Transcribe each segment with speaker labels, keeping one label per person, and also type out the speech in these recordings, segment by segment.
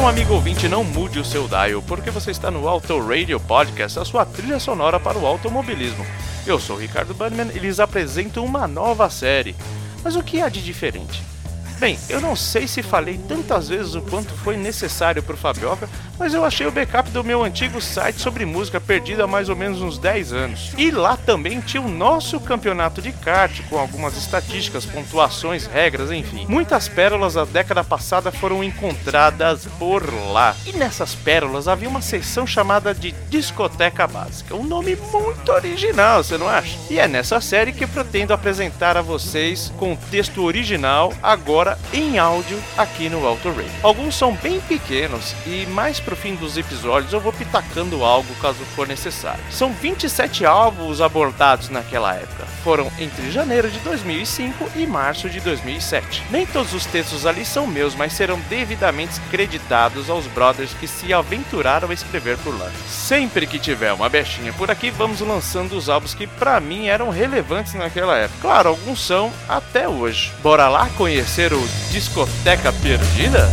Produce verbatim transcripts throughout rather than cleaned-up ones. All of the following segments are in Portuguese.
Speaker 1: Então, amigo ouvinte, não mude o seu dial, porque você está no Auto Radio Podcast, a sua trilha sonora para o automobilismo. Eu sou o Ricardo Bannerman e lhes apresento uma nova série. Mas o que há de diferente? Bem, eu não sei se falei tantas vezes o quanto foi necessário pro Fabioca, mas eu achei o backup do meu antigo site sobre música perdido há mais ou menos uns dez anos. E lá também tinha o nosso campeonato de kart, com algumas estatísticas, pontuações, regras, enfim. Muitas pérolas da década passada foram encontradas por lá. E nessas pérolas havia uma seção chamada de Discoteca Básica. Um nome muito original, você não acha? E é nessa série que eu pretendo apresentar a vocês com o texto original, agora em áudio, aqui no Auto Radio. Alguns são bem pequenos e mais pro fim dos episódios eu vou pitacando algo caso for necessário. São vinte e sete álbuns abordados naquela época. Foram entre janeiro de dois mil e cinco e março de dois mil e sete. Nem todos os textos ali são meus, mas serão devidamente creditados aos brothers que se aventuraram a escrever por lá. Sempre que tiver uma bechinha por aqui, vamos lançando os álbuns que pra mim eram relevantes naquela época. Claro, alguns são até hoje. Bora lá conhecer o Discoteca Perdida?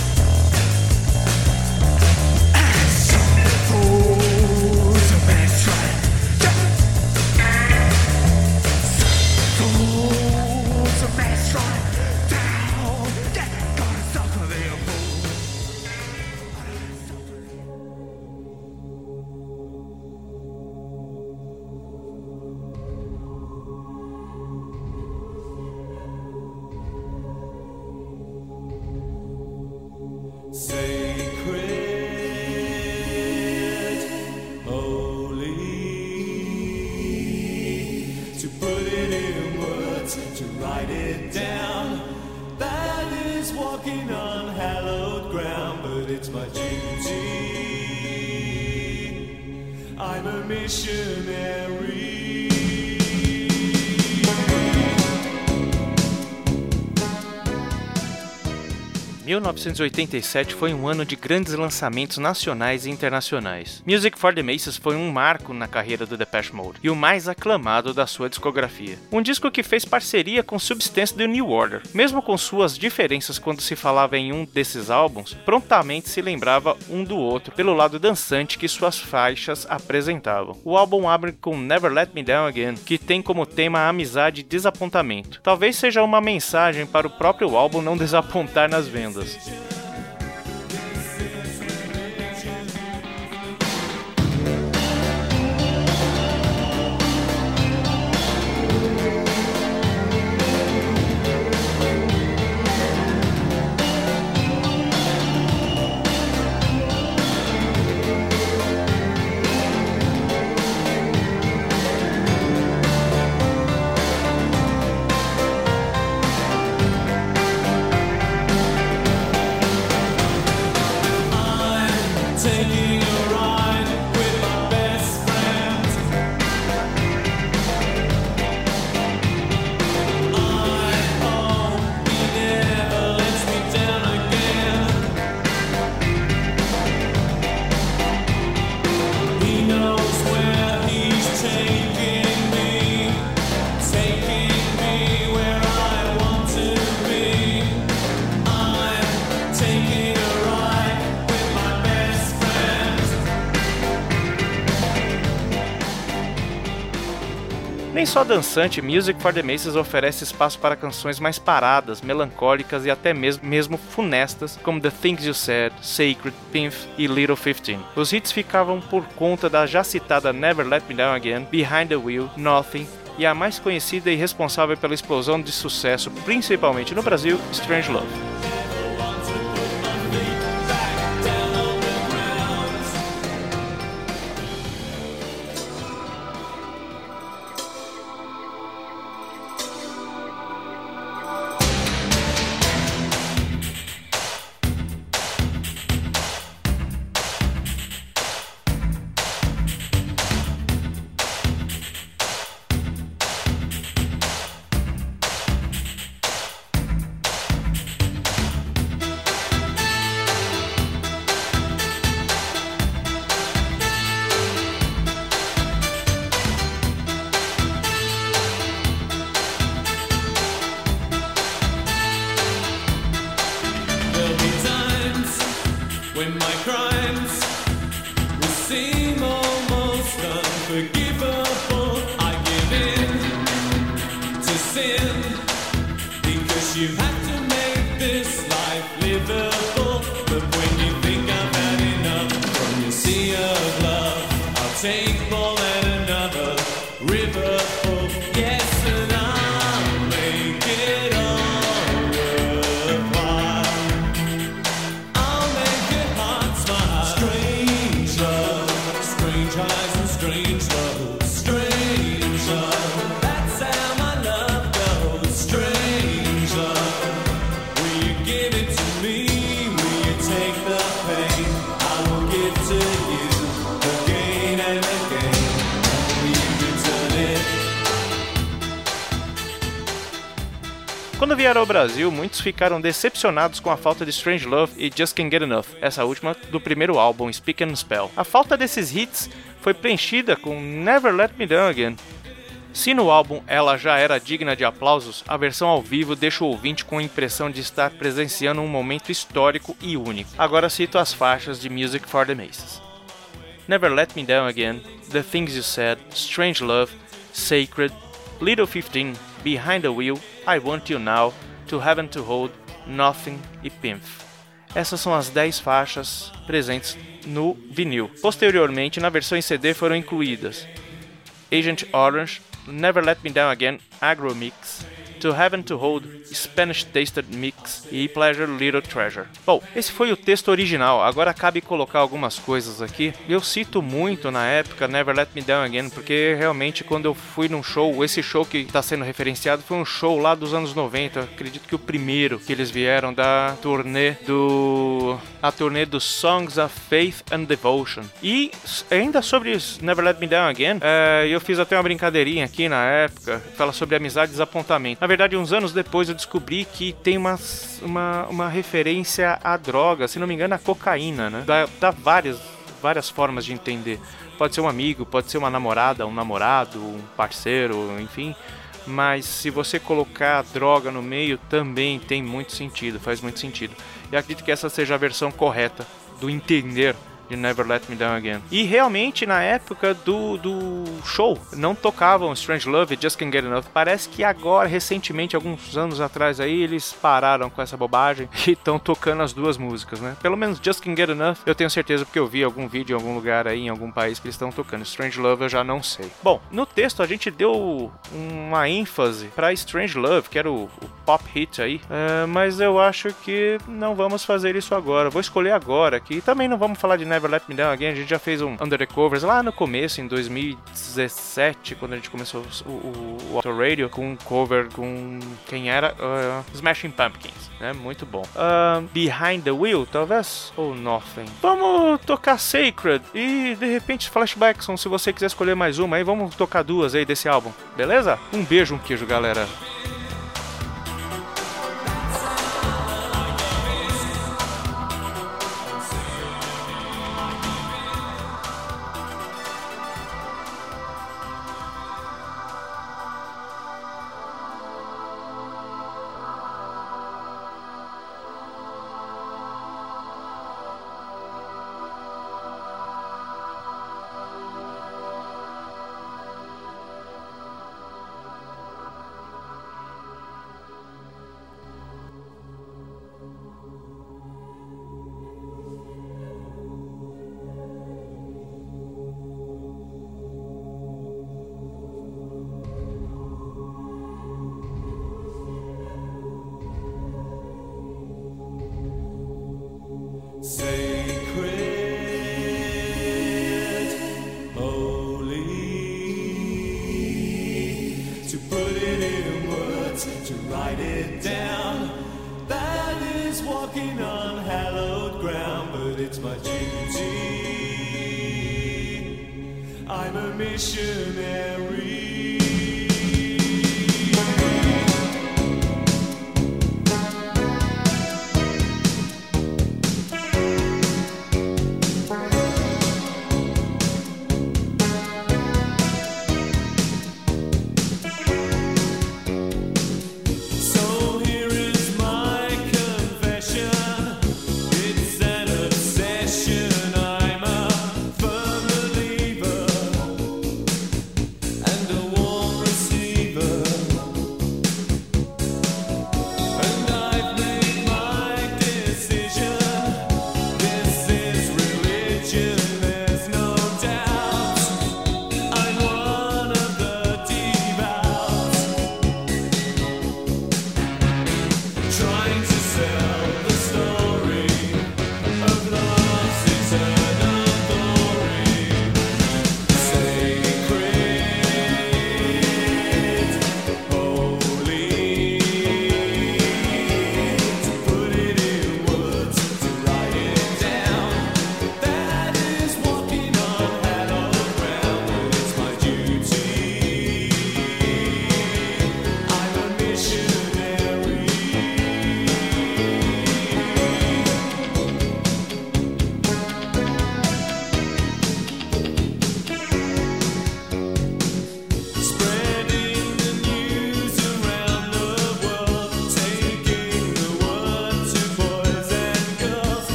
Speaker 1: mil novecentos e oitenta e sete foi um ano de grandes lançamentos nacionais e internacionais. Music for the Masses foi um marco na carreira do Depeche Mode e o mais aclamado da sua discografia. Um disco que fez parceria com Substance do New Order. Mesmo com suas diferenças quando se falava em um desses álbuns, prontamente se lembrava um do outro pelo lado dançante que suas faixas apresentavam. O álbum abre com Never Let Me Down Again, que tem como tema a amizade e desapontamento. Talvez seja uma mensagem para o próprio álbum não desapontar nas vendas. Nem só dançante, Music for the Masses oferece espaço para canções mais paradas, melancólicas e até mesmo, mesmo funestas, como The Things You Said, Sacred, Pimp e Little fifteen. Os hits ficavam por conta da já citada Never Let Me Down Again, Behind the Wheel, Nothing e a mais conhecida e responsável pela explosão de sucesso, principalmente no Brasil, Strange Love.
Speaker 2: times will seem almost unforgivable. I give in to sin because you have to make this life livable. But when you think I've had enough from your sea of love, I'll take more than another river full. Yes, and I'll make it all worthwhile. I'll make your heart smile. Strange love, strange highs and strange lows. Strange love, that's how my love goes. Strange love, will you give it to me? Will you take the pain? I will give to you again and again. Will you return it?
Speaker 1: Quando vieram ao Brasil, muitos ficaram decepcionados com a falta de Strange Love e Just Can't Get Enough, essa última do primeiro álbum, Speak and Spell. A falta desses hits foi preenchida com Never Let Me Down Again. Se no álbum ela já era digna de aplausos, a versão ao vivo deixa o ouvinte com a impressão de estar presenciando um momento histórico e único. Agora cito as faixas de Music for the Masses. Never Let Me Down Again, The Things You Said, Strange Love, Sacred, Little fifteen, Behind the Wheel, I Want You Now, To Heaven to Hold, Nothing e Pimp. Essas são as dez faixas presentes no vinil. Posteriormente, na versão em C D foram incluídas Agent Orange, Never Let Me Down Again, Agro Mix, To Heaven to Hold, Spanish Tasted Mix e Pleasure Little Treasure. Bom, esse foi o texto original, agora cabe colocar algumas coisas aqui. Eu cito muito na época Never Let Me Down Again, porque realmente quando eu fui num show, esse show que está sendo referenciado foi um show lá dos anos noventa, acredito que o primeiro que eles vieram da turnê do... a turnê do Songs of Faith and Devotion. E ainda sobre Never Let Me Down Again, é, eu fiz até uma brincadeirinha aqui na época, fala sobre amizade e desapontamento. Na verdade, uns anos depois eu descobri que tem uma, uma, uma referência à droga, se não me engano, a cocaína, né? Dá, dá várias, várias formas de entender. Pode ser um amigo, pode ser uma namorada, um namorado, um parceiro, enfim. Mas se você colocar a droga no meio, também tem muito sentido, faz muito sentido. E acredito que essa seja a versão correta do entender de Never Let Me Down Again. E realmente na época do, do show não tocavam Strange Love e Just Can't Get Enough. Parece que agora, recentemente, alguns anos atrás aí, eles pararam com essa bobagem e estão tocando as duas músicas, né? Pelo menos Just Can't Get Enough eu tenho certeza, porque eu vi algum vídeo em algum lugar aí, em algum país que eles estão tocando. Strange Love eu já não sei. Bom, no texto a gente deu uma ênfase para Strange Love, que era o, o pop hit aí, é, mas eu acho que não vamos fazer isso agora. Vou escolher agora aqui. E também não vamos falar de Never Let Me Down Again, a gente já fez um Under the Covers lá no começo, em dois mil e dezessete, quando a gente começou o, o, o Auto Radio, com um cover com quem era? Uh, Smashing Pumpkins, né? Muito bom. Uh, Behind the Wheel, talvez? Ou Nothing? Vamos tocar Sacred e de repente Flashbackson, se você quiser escolher mais uma aí, vamos tocar duas aí desse álbum, beleza? Um beijo, um queijo, galera. I'm a missionary. It's an obsession.
Speaker 2: That is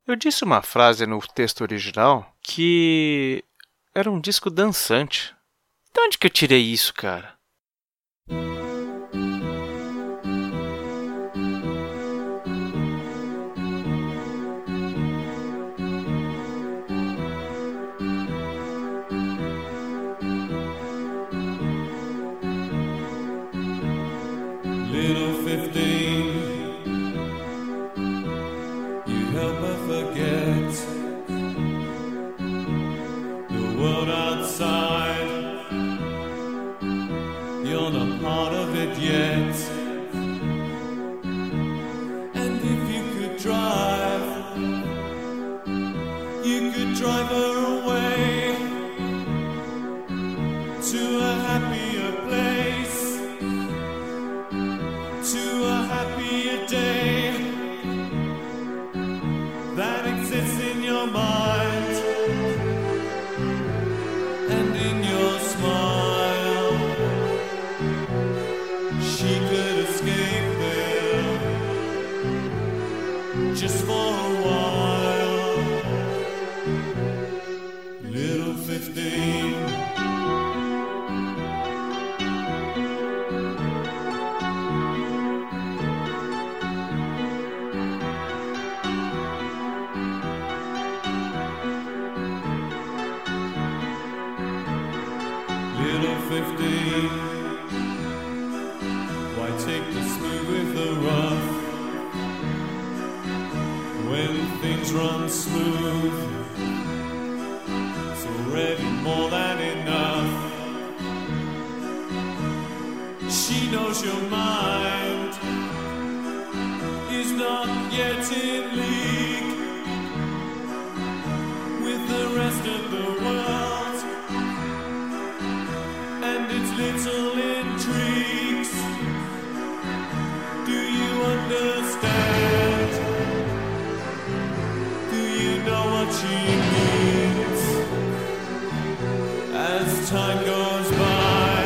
Speaker 1: Eu disse uma frase no texto original que era um disco dançante. De onde que eu tirei isso, cara?
Speaker 2: Little fifteen, you help her forget the world outside. You're not part of it yet. And if you could drive, you could drive her away to a happier place, to a happier day that exists in your mind and in your smile. She could escape there just for a while. Little fifteen, little fifteen, why take the smooth with the rough when things run smooth? It's already more than enough. She knows your mind is not yet in league with the rest of the world and its little intrigues. Do you understand? Do you know what she means? As time goes by,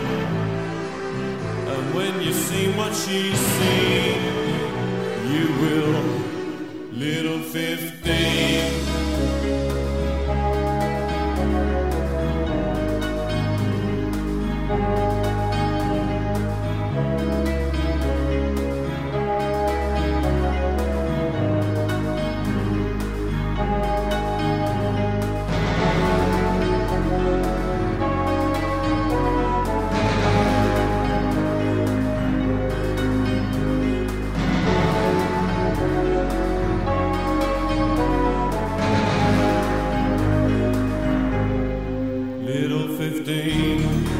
Speaker 2: and when you see what she's seen, you will, little fifteen. Little fifteen,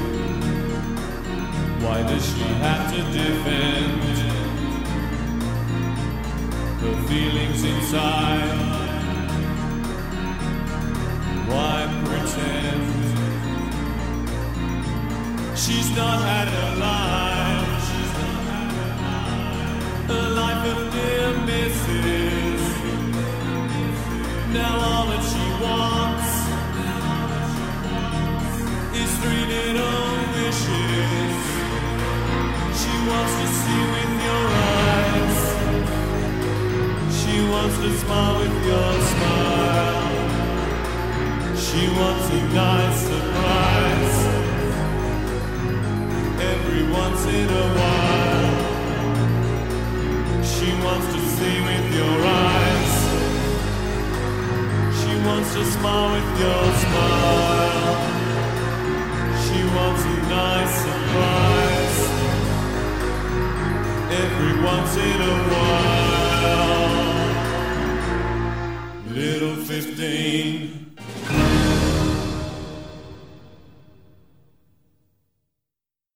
Speaker 2: why does she have to defend her feelings inside? Why pretend she's not had a life, a life of dear misses? Now all that she wants is three little wishes. She wants to see with your eyes. She wants to smile with your smile. She wants a nice surprise every once in a while. She wants to see with your eyes. She wants to smile with your smile. She wants a nice surprise every once in a while. Little fifteen.